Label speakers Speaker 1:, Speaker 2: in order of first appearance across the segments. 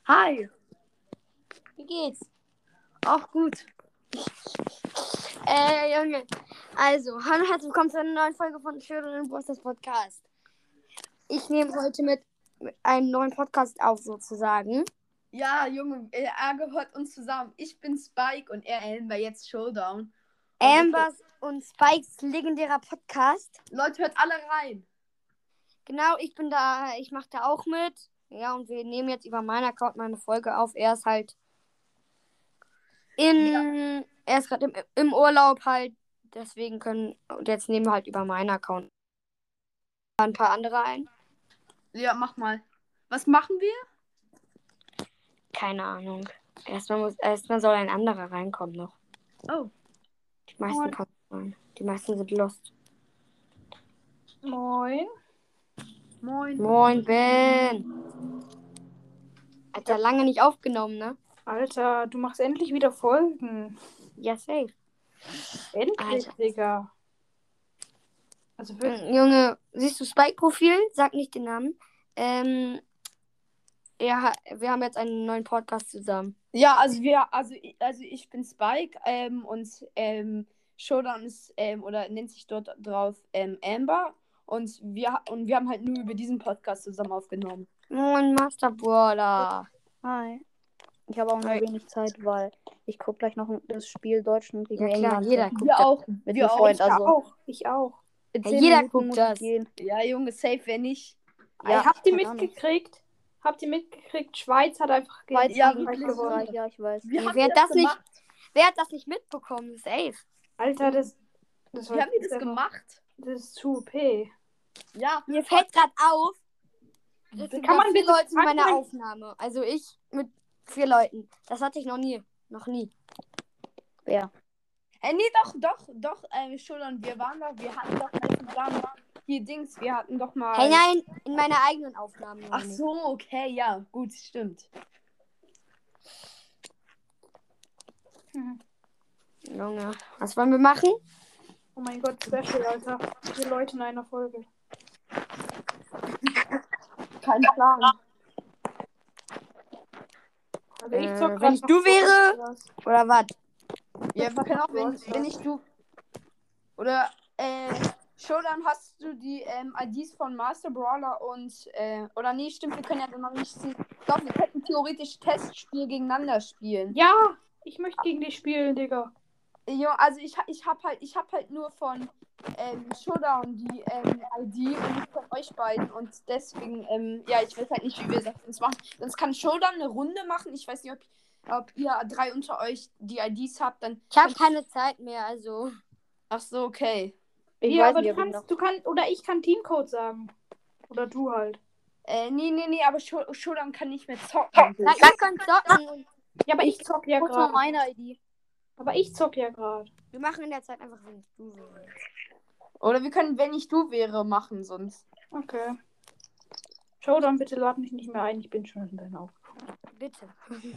Speaker 1: Hi,
Speaker 2: Wie geht's?
Speaker 1: auch gut.
Speaker 2: Junge. Also, hallo und herzlich willkommen zu einer neuen Folge von Children Busters Podcast. Ich nehme heute mit einem neuen Podcast auf, sozusagen.
Speaker 1: Ja, Junge, er gehört uns zusammen. Ich bin Spike und er Amber, jetzt Showdown.
Speaker 2: Ambers und Spikes legendärer Podcast.
Speaker 1: Leute, hört alle rein.
Speaker 2: Genau, ich bin da, ich mache da auch mit. Ja, und wir nehmen jetzt über meinen Account meine Folge auf. Er ist halt er ist gerade im Urlaub halt. Deswegen und jetzt nehmen wir halt über meinen Account ein paar andere ein.
Speaker 1: Ja, mach mal. Was machen wir?
Speaker 2: Keine Ahnung. Erstmal soll ein anderer reinkommen noch.
Speaker 1: Oh.
Speaker 2: Die meisten kommen rein. Die meisten sind lost.
Speaker 3: Moin.
Speaker 1: Moin.
Speaker 2: Moin, Ben. Hat ja lange nicht aufgenommen, ne?
Speaker 3: Alter, du machst endlich wieder Folgen.
Speaker 2: Ja, safe.
Speaker 3: Endlich,
Speaker 2: Alter.
Speaker 3: Digga. Also wirklich.
Speaker 2: Junge, siehst du Spike-Profil? Sag nicht den Namen. Ja, wir haben jetzt einen neuen Podcast zusammen.
Speaker 1: Ja, also ich bin Spike und Showdown ist oder nennt sich dort drauf Amber und wir haben halt nur über diesen Podcast zusammen aufgenommen.
Speaker 2: Moin, Master Brawler.
Speaker 4: Hi. Ich habe auch nur
Speaker 2: Hi.
Speaker 4: wenig Zeit, weil ich gucke gleich noch das Spiel Deutschland gegen
Speaker 2: Ja, klar,
Speaker 4: England
Speaker 2: jeder guckt
Speaker 1: Wir
Speaker 2: das.
Speaker 1: auch.
Speaker 4: mit
Speaker 1: Wir
Speaker 4: einem
Speaker 1: auch.
Speaker 4: Freund. Also
Speaker 3: Ich auch.
Speaker 4: in
Speaker 2: Ja,
Speaker 4: 10
Speaker 2: jeder
Speaker 4: Minuten
Speaker 2: guckt
Speaker 4: muss
Speaker 2: das.
Speaker 4: ich gehen.
Speaker 1: Ja, Junge, safe, wenn nicht.
Speaker 4: Ja,
Speaker 3: Habt ihr
Speaker 4: keine Ahnung.
Speaker 3: mitgekriegt? Schweiz hat einfach
Speaker 4: Schweiz
Speaker 1: Ja,
Speaker 4: gegen
Speaker 1: wirklich.
Speaker 4: Österreich, ja, ich weiß.
Speaker 1: Wie
Speaker 2: Nee,
Speaker 1: haben
Speaker 2: wer
Speaker 1: wir das
Speaker 2: das nicht-
Speaker 1: gemacht?
Speaker 2: Wer hat das nicht mitbekommen? Safe.
Speaker 3: Alter, das
Speaker 1: Wie haben wir das gemacht?
Speaker 3: Das ist zu OP.
Speaker 1: Ja,
Speaker 2: Mir fällt gerade auf, es sind
Speaker 3: Kann man
Speaker 2: 4
Speaker 3: bitte
Speaker 2: Leute in
Speaker 3: fragen,
Speaker 2: meiner Aufnahme. Also ich mit 4 Leuten. Das hatte ich noch nie. Noch nie.
Speaker 4: Wer?
Speaker 1: nee, doch, Showdown, wir hatten doch mal zusammen hier Dings, wir hatten doch mal...
Speaker 2: Hey, nein, in meiner eigenen Aufnahme.
Speaker 1: Ach
Speaker 2: meine ich.
Speaker 1: so, okay, ja, gut, stimmt.
Speaker 2: Junge, was wollen wir machen?
Speaker 3: Oh mein Gott, Special, Alter. 4 Leute in einer Folge.
Speaker 1: Kein Plan.
Speaker 3: Also ich zock
Speaker 2: wenn
Speaker 3: grad
Speaker 2: ich
Speaker 3: noch
Speaker 2: du wäre-
Speaker 3: was.
Speaker 2: Oder was?
Speaker 1: Ja, wir können auch, wenn ich du... Oder, Showdown, hast du die IDs von Master Brawler und, oder nee, stimmt, wir können ja noch nicht sehen. Ich glaube, wir könnten theoretisch Testspiel gegeneinander spielen.
Speaker 3: Ja, ich möchte gegen dich spielen, Digga.
Speaker 1: Ja, also ich hab halt nur von Showdown die ID und nicht von euch beiden und deswegen, ja, ich weiß halt nicht, wie wir das sonst machen. Sonst kann Showdown eine Runde machen. Ich weiß nicht, ob ihr 3 unter euch die IDs habt, dann.
Speaker 2: Ich habe keine Zeit mehr, also.
Speaker 1: Ach so, okay.
Speaker 4: Ich
Speaker 3: Ja,
Speaker 4: weiß
Speaker 3: aber
Speaker 4: nicht, ob ich noch.
Speaker 3: oder ich kann Teamcode sagen. Oder du halt.
Speaker 1: Nee, aber Showdown kann nicht mehr zocken.
Speaker 2: Na, ihr könnt zocken und
Speaker 3: Ja, aber ich zock ja
Speaker 4: Guck mal
Speaker 3: gerade.
Speaker 4: meine ID.
Speaker 3: Aber ich zock ja gerade.
Speaker 2: wir machen in der Zeit einfach, wenn ich du wäre.
Speaker 1: Oder wir können, wenn ich du wäre, machen sonst.
Speaker 3: Okay. Showdown, bitte lad mich nicht mehr ein. Ich bin schon in deiner Aufnahme.
Speaker 2: Bitte.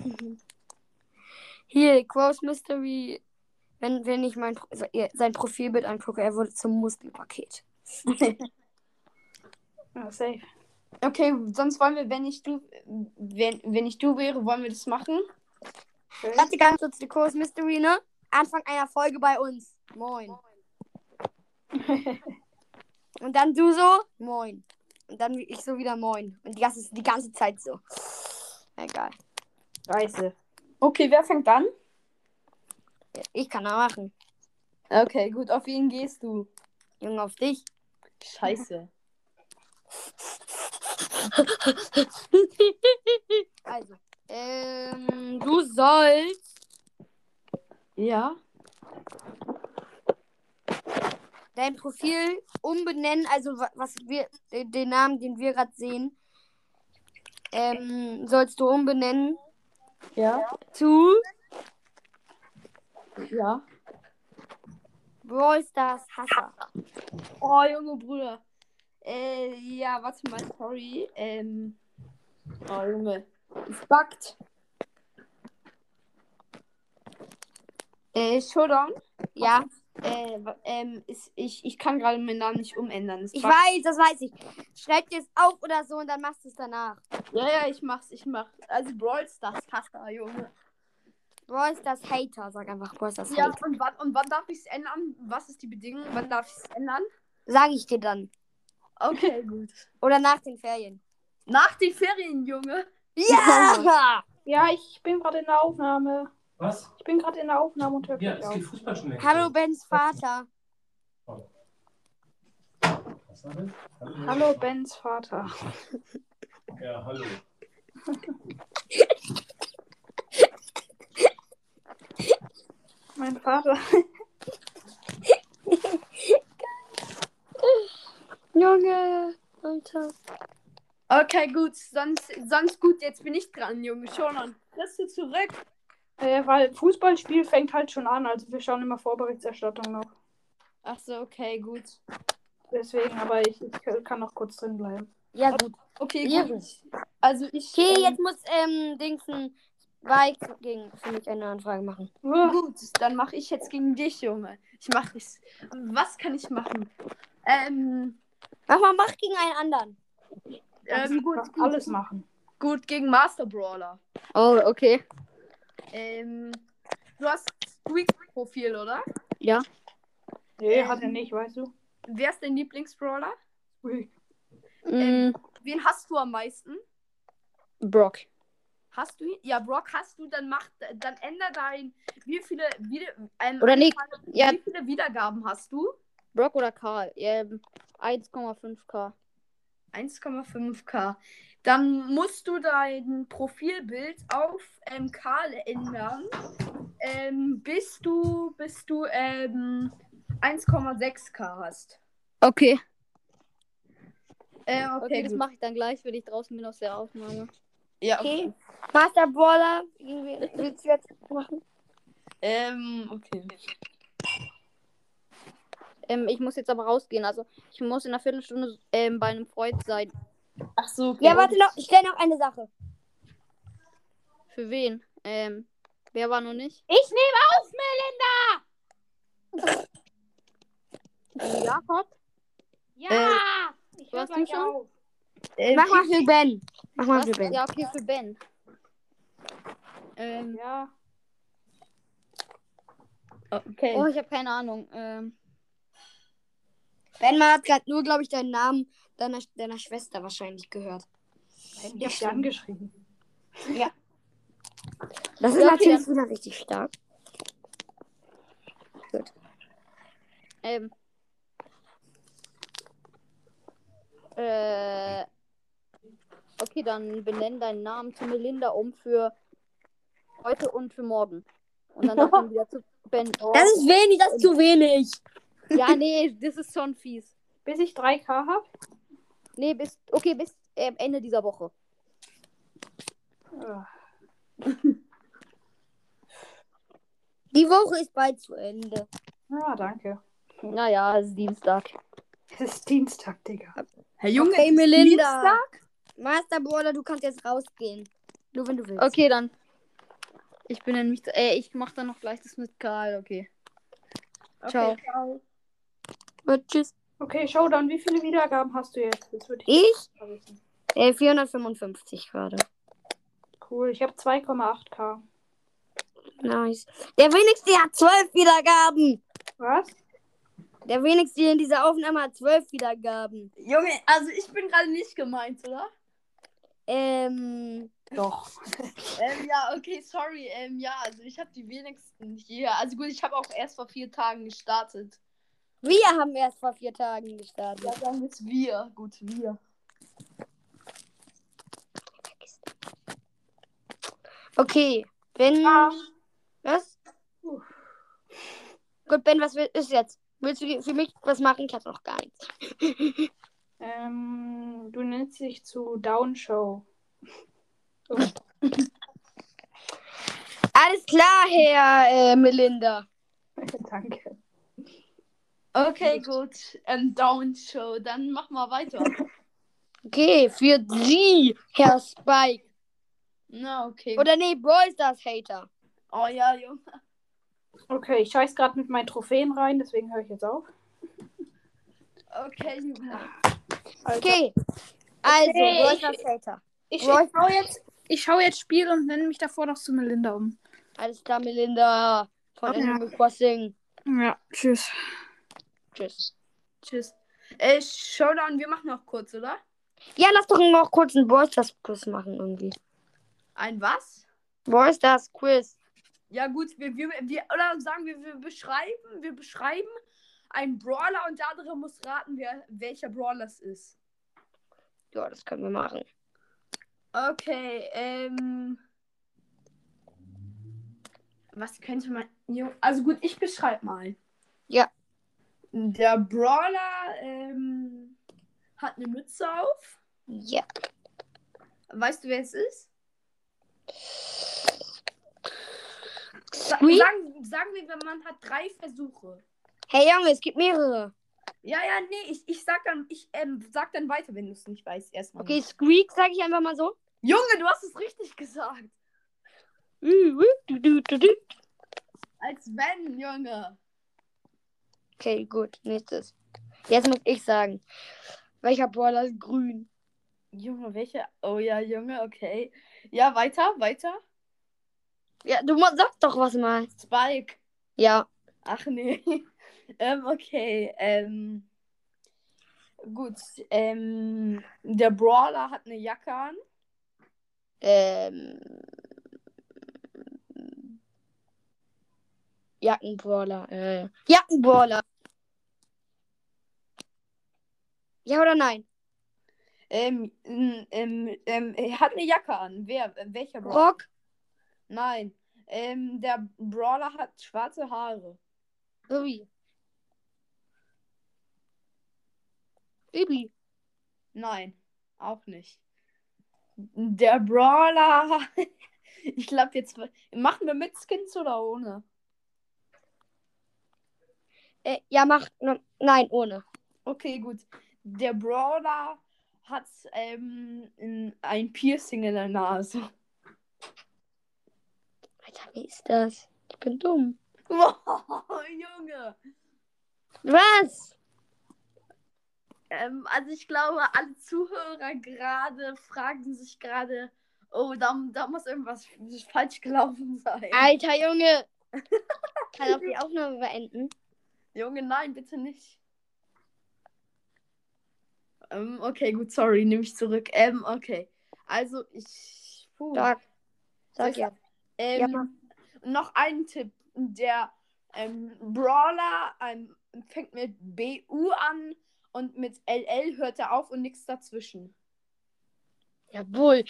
Speaker 2: Hier, Quo's Mystery. Wenn ich sein Profilbild angucke, er wurde zum Muskelpaket.
Speaker 3: Ja, safe.
Speaker 1: Okay, sonst wollen wir, wenn ich du wäre, wollen wir das machen?
Speaker 3: Okay.
Speaker 2: Warte ganz kurz, die Quo's Mystery, ne? Anfang einer Folge bei uns. Moin. Und dann du so, moin. Und dann ich so wieder moin. Und die ganze Zeit so. Egal.
Speaker 3: Scheiße.
Speaker 1: Okay, wer fängt an?
Speaker 2: Ich kann da machen.
Speaker 1: Okay, gut, auf wen gehst du?
Speaker 2: Junge, auf dich.
Speaker 1: Scheiße.
Speaker 2: Also, du sollst
Speaker 1: Ja.
Speaker 2: dein Profil umbenennen, also den Namen, den wir gerade sehen, sollst du umbenennen
Speaker 1: Ja.
Speaker 2: zu
Speaker 1: Ja.
Speaker 2: Brawl Stars Hasser.
Speaker 1: Oh, Junge Bruder. Ja, warte mal, sorry. Oh, Junge. Es buggt. Showdown.
Speaker 2: Ja,
Speaker 1: Ich kann gerade meinen Namen nicht umändern. Es
Speaker 2: ich
Speaker 1: buggt.
Speaker 2: weiß, das weiß ich. Schreib dir es auf oder so und dann machst du es danach.
Speaker 1: Ja, ich mach's. Also Brawl Stars Hasser, Junge.
Speaker 2: Brawl Stars Hater, sag einfach Brawl Stars
Speaker 1: Ja,
Speaker 2: Hater.
Speaker 1: und wann darf ich es ändern? Was ist die Bedingung? Wann darf ich es ändern?
Speaker 2: Sag ich dir dann.
Speaker 1: Okay, gut.
Speaker 2: Oder nach den Ferien.
Speaker 1: Nach den Ferien, Junge.
Speaker 2: Ja!
Speaker 3: Ja, ich bin gerade in der Aufnahme.
Speaker 5: Was?
Speaker 3: Ich bin gerade in der Aufnahme und höre
Speaker 5: Ja,
Speaker 3: gleich
Speaker 5: es
Speaker 3: auf.
Speaker 5: geht Fußball schon längst.
Speaker 2: Hallo Bens Vater.
Speaker 5: Was war das?
Speaker 3: Hallo, Bens Vater.
Speaker 5: Ja, hallo.
Speaker 3: Mein Vater.
Speaker 2: Junge, Alter.
Speaker 1: Okay, gut. Sonst gut, jetzt bin ich dran, Junge. Schon an. Kriegst du zurück?
Speaker 3: Weil Fußballspiel fängt halt schon an. Also wir schauen immer Vorberichterstattung noch.
Speaker 1: Ach so, okay, gut.
Speaker 3: Deswegen, aber ich kann noch kurz drin bleiben.
Speaker 2: Ja, gut.
Speaker 1: Okay,
Speaker 2: Ehre.
Speaker 1: gut. Also ich.
Speaker 2: Okay, jetzt muss Dingsen Spike gegen für mich eine Anfrage machen.
Speaker 1: Gut, dann mache ich jetzt gegen dich, Junge. Ich mache es. Was kann ich machen?
Speaker 2: Mach gegen einen anderen.
Speaker 1: Gut,
Speaker 3: Alles machen.
Speaker 1: gut, gegen Master Brawler.
Speaker 2: Oh, okay.
Speaker 1: Du hast Squeak-Profil, oder?
Speaker 2: Ja.
Speaker 3: Nee, hat er nicht, weißt du?
Speaker 1: Wer ist dein Lieblingsbrawler?
Speaker 3: Ui.
Speaker 1: Wen hast du am meisten?
Speaker 2: Brock.
Speaker 1: Hast du ihn? Ja, Brock hast du, dann änder dein. Wie viele
Speaker 2: Oder Nick. Ja.
Speaker 1: Wie viele Wiedergaben hast du?
Speaker 2: Brock oder Karl? 1,5k.
Speaker 1: 1,5k. Dann musst du dein Profilbild auf Karl ändern. Bis du 1,6k hast.
Speaker 2: Okay.
Speaker 1: Okay,
Speaker 2: das
Speaker 1: gut.
Speaker 2: mache ich dann gleich, wenn ich draußen bin aus der Aufnahme.
Speaker 1: Ja,
Speaker 2: Okay. Master Brawler, willst du jetzt machen?
Speaker 1: Okay.
Speaker 2: Ich muss jetzt aber rausgehen. Also, ich muss in einer Viertelstunde bei einem Freund sein.
Speaker 1: Ach so, okay.
Speaker 2: Ja, warte noch. Ich stelle noch eine Sache. Für wen? Wer war noch nicht?
Speaker 3: Ich nehme auf, Melinda!
Speaker 2: Jakob?
Speaker 3: Ja! Ich höre
Speaker 2: warst du
Speaker 3: gleich
Speaker 2: schon?
Speaker 3: auf.
Speaker 2: Mach mal für Ben. Mach mal
Speaker 4: Was?
Speaker 2: für Ben.
Speaker 4: Ja, okay, für Ben.
Speaker 3: Ja.
Speaker 1: Okay.
Speaker 4: Oh, ich habe keine Ahnung.
Speaker 2: Ben hat gerade nur, glaube ich, deinen Namen deiner Schwester wahrscheinlich gehört.
Speaker 3: Ich hab sie angeschrieben.
Speaker 2: Das ist
Speaker 4: Ja, okay,
Speaker 2: natürlich wieder richtig stark. Gut.
Speaker 4: Okay, dann benenn deinen Namen zu Melinda um für heute und für morgen. Und dann darf man wieder zu Ben. Oh.
Speaker 2: Das ist wenig, das ist zu wenig.
Speaker 4: Ja, nee, das ist schon fies.
Speaker 3: Bis ich 3K habe.
Speaker 4: Nee, bis Ende dieser Woche.
Speaker 2: Die Woche ist bald zu Ende.
Speaker 3: Ja, danke.
Speaker 4: Naja, es ist Dienstag.
Speaker 3: Es ist Dienstag, Digga.
Speaker 1: Herr Junge,
Speaker 2: Okay,
Speaker 1: es ist
Speaker 2: Melinda.
Speaker 1: Dienstag?
Speaker 2: Master Brawler, du kannst jetzt rausgehen. Nur wenn du willst.
Speaker 4: Okay, dann. Ich benenne mich. Ich mach dann noch gleich das mit Karl, okay. Ciao.
Speaker 1: Okay, ciao.
Speaker 2: Gut, tschüss.
Speaker 3: Okay, Showdown, wie viele Wiedergaben hast du jetzt? Das würde ich
Speaker 2: Ich?
Speaker 3: mal wissen.
Speaker 2: 455 gerade.
Speaker 3: Cool, ich habe 2,8K.
Speaker 2: Nice. Der wenigste hat 12 Wiedergaben.
Speaker 3: Was?
Speaker 2: Der wenigste in dieser Aufnahme hat 12 Wiedergaben.
Speaker 1: Junge, also ich bin gerade nicht gemeint, oder?
Speaker 3: Doch.
Speaker 1: Ja, okay, sorry. Ja, also ich habe die wenigsten hier. Also gut, ich habe auch erst vor 4 Tagen gestartet.
Speaker 2: Wir haben erst vor 4 Tagen gestartet.
Speaker 1: Ja, sagen wir es wir. Gut, wir.
Speaker 2: Okay, Ben. Was? Gut, Ben, was ist jetzt? Willst du für mich was machen? Ich hab noch gar nichts.
Speaker 3: Du nennst dich zu Down Show.
Speaker 2: Alles klar, Herr Melinda.
Speaker 3: Danke.
Speaker 1: Okay, gut. Down Show. Dann mach mal weiter.
Speaker 2: Okay, für Sie, Herr Spike.
Speaker 1: Na, okay.
Speaker 2: Oder nee, Brawl Stars Hater.
Speaker 1: Oh ja, Junge.
Speaker 3: Okay, ich scheiß gerade mit meinen Trophäen rein, deswegen höre ich jetzt auf.
Speaker 1: Okay, Junge.
Speaker 3: Also,
Speaker 2: Okay, also
Speaker 3: Okay,
Speaker 2: Brawl Stars Hater.
Speaker 3: Ich schaue jetzt Spiel und nenne mich davor noch zu Melinda um.
Speaker 2: Alles klar, Melinda. Von
Speaker 3: Ja.
Speaker 2: Animal Crossing.
Speaker 3: Ja, tschüss.
Speaker 2: Tschüss.
Speaker 1: Tschüss. Showdown, wir machen noch kurz, oder?
Speaker 2: Ja, lass doch noch kurz einen Brawl Stars Quiz machen irgendwie.
Speaker 1: Ein was?
Speaker 2: Brawl Stars Quiz.
Speaker 1: Ja gut, oder sagen wir beschreiben einen Brawler und der andere muss raten, welcher Brawler es ist.
Speaker 2: Ja, das können wir machen.
Speaker 1: Okay, was könnte man... Also gut, ich beschreibe mal.
Speaker 2: Ja.
Speaker 1: Der Brawler hat eine Mütze auf.
Speaker 2: Ja.
Speaker 1: Weißt du, wer es ist?
Speaker 2: Squeak?
Speaker 1: Sagen wir, man hat 3 Versuche.
Speaker 2: Hey Junge, es gibt mehrere.
Speaker 1: Ja, nee, ich sag dann weiter, wenn du es nicht weißt, erstmal.
Speaker 2: Okay, Squeak sage ich einfach mal so.
Speaker 1: Junge, du hast es richtig gesagt. Als wenn, Junge.
Speaker 2: Okay, gut. Nächstes. Jetzt muss ich sagen. Welcher Brawler ist grün?
Speaker 1: Junge, welche? Oh ja, Junge, okay. Ja, weiter.
Speaker 2: Ja, sag doch was mal.
Speaker 1: Spike.
Speaker 2: Ja.
Speaker 1: Ach nee. Okay. Gut. Der Brawler hat eine Jacke an.
Speaker 2: Jackenbrawler. Jackenbrawler. Ja oder nein?
Speaker 1: Er hat eine Jacke an. Welcher Brawler?
Speaker 2: Rock.
Speaker 1: Nein. Der Brawler hat schwarze Haare.
Speaker 2: Bibi. Bibi.
Speaker 1: Nein, auch nicht. Der Brawler. Ich glaube jetzt. Machen wir mit Skins oder ohne?
Speaker 2: Ja, nein, ohne.
Speaker 1: Okay, gut. Der Brawler hat ein Piercing in der Nase.
Speaker 2: Alter, wie ist das? Ich bin dumm.
Speaker 1: Oh, Junge.
Speaker 2: Was?
Speaker 1: Also ich glaube, alle Zuhörer gerade fragen sich gerade, oh, da muss irgendwas falsch gelaufen sein.
Speaker 2: Alter, Junge. Kann auch die Aufnahme beenden?
Speaker 1: Junge, nein, bitte nicht. Okay, gut, sorry, nehme ich zurück. Okay. Also,
Speaker 2: Sag ja.
Speaker 1: Noch ein Tipp. Der Brawler fängt mit BU an und mit LL hört er auf und nichts dazwischen.
Speaker 2: Jawohl.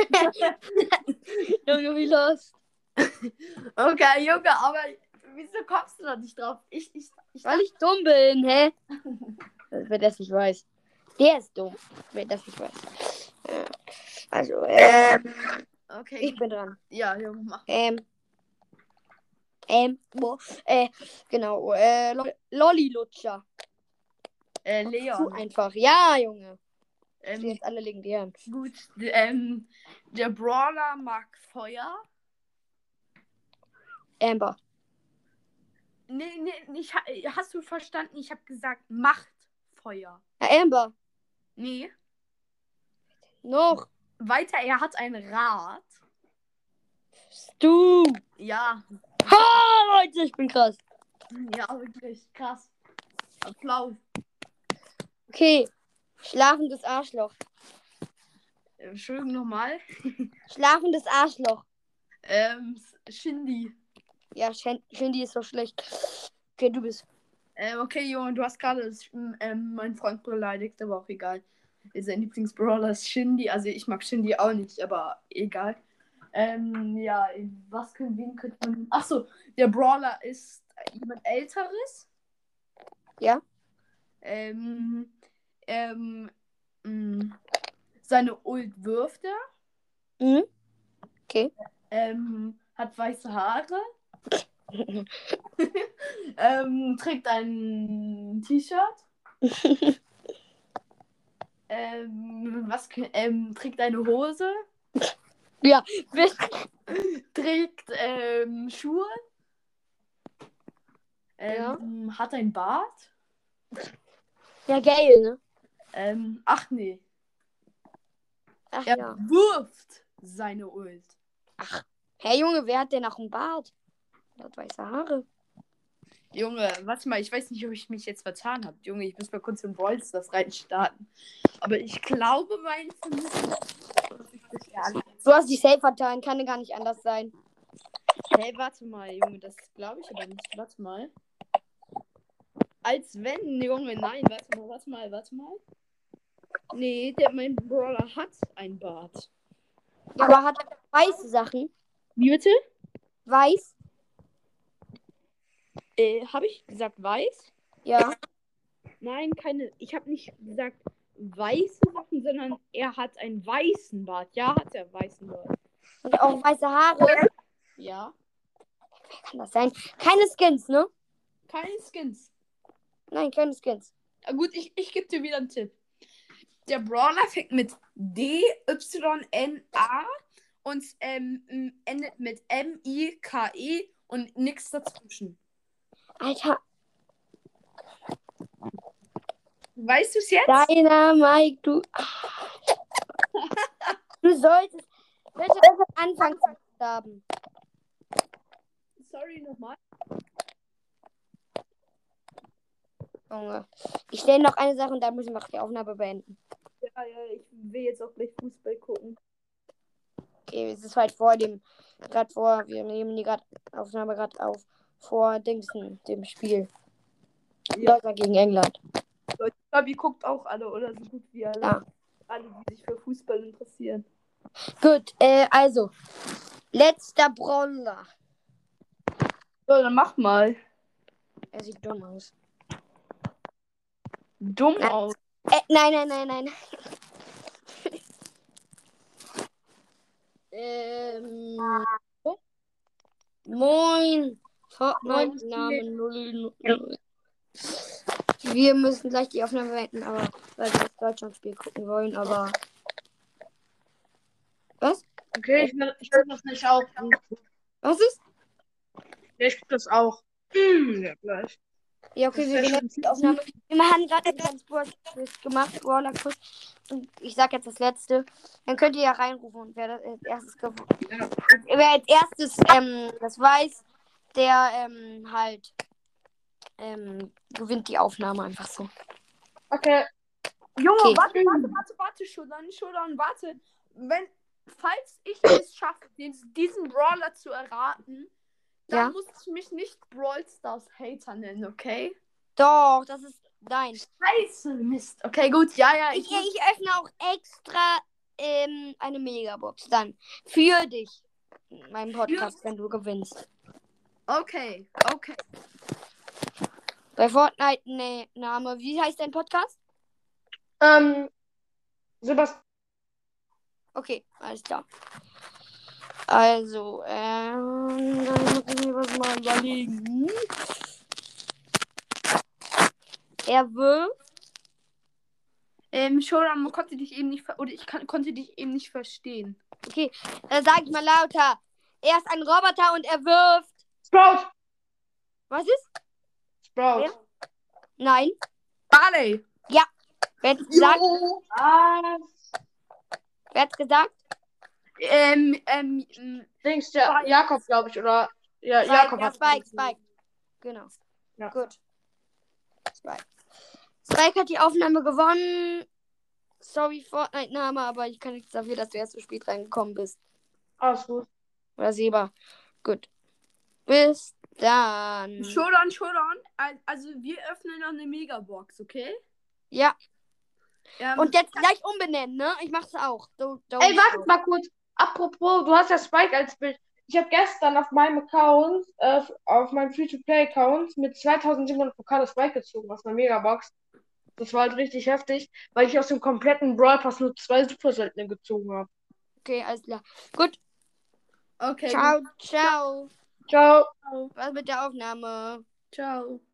Speaker 2: Junge, wie los?
Speaker 1: Okay, Junge, aber wieso kommst du da nicht drauf?
Speaker 2: Weil ich dumm bin, hä? Wer das nicht weiß. Der ist dumm. Wer das nicht weiß. Also,
Speaker 1: Okay.
Speaker 2: ich bin dran.
Speaker 1: Ja, Junge, mach.
Speaker 2: Genau. Lolli-Lutscher. Zu
Speaker 1: Leon.
Speaker 2: einfach. Ja, Junge. Die
Speaker 1: Ähm,
Speaker 2: jetzt alle legendären.
Speaker 1: gut. Der Brawler mag Feuer.
Speaker 2: Amber.
Speaker 1: Nee, hast du verstanden? Ich habe gesagt, macht Feuer.
Speaker 2: Ja, Amber.
Speaker 1: Nee.
Speaker 2: Noch.
Speaker 1: Weiter, er hat ein Rad.
Speaker 2: Du.
Speaker 1: Ja.
Speaker 2: Ha, Leute, ich bin krass.
Speaker 1: Ja, wirklich. Krass. Applaus.
Speaker 2: Okay. Schlafendes Arschloch.
Speaker 1: Entschuldigung nochmal.
Speaker 2: Schlafendes Arschloch.
Speaker 1: Shindy.
Speaker 2: Ja, Shindy ist so schlecht. Okay, du bist.
Speaker 1: Okay, Junge, du hast gerade meinen Freund beleidigt, aber auch egal. Sein Lieblingsbrawler ist Shindy. Also ich mag Shindy auch nicht, aber egal. Ja, wen könnte man... Achso, der Brawler ist jemand Älteres.
Speaker 2: Ja.
Speaker 1: Seine Ult wirft er.
Speaker 2: Mhm. Okay.
Speaker 1: Hat weiße Haare. Trägt ein T-Shirt. Trägt eine Hose.
Speaker 2: Ja.
Speaker 1: Trägt Schuhe.
Speaker 2: Ja.
Speaker 1: Hat ein Bart.
Speaker 2: Ja, geil, ne?
Speaker 1: Ach nee.
Speaker 2: Ach
Speaker 1: Er
Speaker 2: ja.
Speaker 1: wirft seine Ult.
Speaker 2: Hey Junge, wer hat denn noch einen Bart? Der hat weiße Haare.
Speaker 1: Junge, warte mal, ich weiß nicht, ob ich mich jetzt vertan habe. Junge, ich muss mal kurz in Brawl Stars reinstarten. Aber ich glaube, mein
Speaker 2: Du hast dich safe vertan, kann gar nicht anders sein.
Speaker 1: Hey, warte mal, Junge, das glaube ich aber nicht. Warte mal. Als wenn, Junge, nein, warte mal. Nee, mein Brawler hat ein Bart.
Speaker 2: Ja, aber hat er weiße Sachen?
Speaker 1: Wie bitte?
Speaker 2: Weiß?
Speaker 1: Habe ich gesagt weiß?
Speaker 2: Ja.
Speaker 1: Nein, keine. Ich habe nicht gesagt weiße Sachen, sondern er hat einen weißen Bart. Ja, hat er weißen Bart.
Speaker 2: Und auch weiße Haare.
Speaker 1: Ja.
Speaker 2: Wer kann das sein? Keine Skins, ne?
Speaker 1: Keine Skins.
Speaker 2: Nein, keine Skins.
Speaker 1: Gut, ich gebe dir wieder einen Tipp. Der Brawler fängt mit D-Y-N-A und endet mit M-I-K-E und nichts dazwischen.
Speaker 2: Alter,
Speaker 1: Weißt du es jetzt?
Speaker 2: Dynamite, du. Du solltest. Welche Anfangsbuchstaben?
Speaker 1: Sorry, nochmal.
Speaker 2: Junge. Ich stelle noch eine Sache und dann müssen wir auch die Aufnahme beenden.
Speaker 1: Ja, ich will jetzt auch gleich Fußball gucken.
Speaker 2: Okay, es ist halt wir nehmen die Aufnahme gerade auf, vor Dingsen, dem Spiel.
Speaker 1: Ja.
Speaker 2: Deutschland gegen England.
Speaker 1: Leute, ich glaube, ihr guckt auch alle, oder so gut wie alle.
Speaker 2: Ja.
Speaker 1: Alle, die sich für Fußball interessieren.
Speaker 2: Gut, also. Letzter Brawler.
Speaker 1: So, dann mach mal.
Speaker 2: Er sieht dumm aus.
Speaker 1: Dumm
Speaker 2: Nein.
Speaker 1: aus.
Speaker 2: Nein. Moin. Fortnite-Name 00. Wir müssen gleich die Aufnahme beenden, aber weil wir das Deutschlandspiel gucken wollen, aber. Was?
Speaker 3: Okay, ich will das nicht auf.
Speaker 2: Was ist?
Speaker 3: Ja, ich guck das auch. Ja, gleich.
Speaker 2: Ja, okay,
Speaker 3: Das ist
Speaker 2: wir
Speaker 3: ja
Speaker 2: beenden
Speaker 3: schon
Speaker 2: die Aufnahme. Wir haben gerade einen kleinen Sport-Quiz gemacht, Brawler-Quiz. Und ich sag jetzt das letzte. Dann könnt ihr ja reinrufen und wer das als erstes
Speaker 3: Ja.
Speaker 2: wer als erstes das weiß, der halt gewinnt die Aufnahme einfach so.
Speaker 3: Okay.
Speaker 1: Junge,
Speaker 2: Okay.
Speaker 1: warte, Showdown, warte. Falls ich es schaffe, diesen Brawler zu erraten, dann
Speaker 2: Ja.
Speaker 1: muss ich mich nicht Brawl Stars Hater nennen, okay?
Speaker 2: Doch, das ist dein.
Speaker 1: Scheiße, Mist. Okay, gut, ja.
Speaker 2: Ich öffne auch extra eine Megabox dann für dich in meinem Podcast, wenn du gewinnst.
Speaker 1: Okay.
Speaker 2: Bei Fortnite Name. Wie heißt dein Podcast?
Speaker 3: Sebastian.
Speaker 2: Okay, alles klar. Also, dann muss ich mir was mal überlegen. Er wirft.
Speaker 1: Showdown, man konnte dich eben nicht konnte dich eben nicht verstehen.
Speaker 2: Okay, sag ich mal lauter. Er ist ein Roboter und er wirft.
Speaker 3: Sprout.
Speaker 2: Was ist?
Speaker 3: Sprout.
Speaker 2: Ja. Nein.
Speaker 1: Barley.
Speaker 2: Wer hat's gesagt? Wer hat's gesagt?
Speaker 3: Dings, der Jakob, glaube ich, oder? Ja, Jakob hat
Speaker 2: Spike. Genau.
Speaker 3: Ja.
Speaker 2: Gut. Spike hat die Aufnahme gewonnen. Sorry, Fortnite-Name, aber ich kann nichts dafür, dass du erst zu spät reingekommen bist.
Speaker 3: Alles gut.
Speaker 2: Oder Seba. Gut. Bis dann.
Speaker 1: Showdown. Also, wir öffnen noch eine Megabox, okay?
Speaker 2: Ja. Und jetzt gleich umbenennen, ne? Ich mach's auch.
Speaker 3: Ey, warte mal kurz. Apropos, du hast ja Spike als Bild. Ich habe gestern auf meinem Account, auf meinem Free-to-Play-Account mit 2700 Pokale Spike gezogen aus einer Megabox. Das war halt richtig heftig, weil ich aus dem kompletten Brawl Pass nur 2 Super Seltene gezogen habe.
Speaker 2: Okay, alles klar. Gut.
Speaker 1: Okay.
Speaker 2: Ciao.
Speaker 3: Ciao.
Speaker 2: Was mit der Aufnahme?
Speaker 1: Ciao.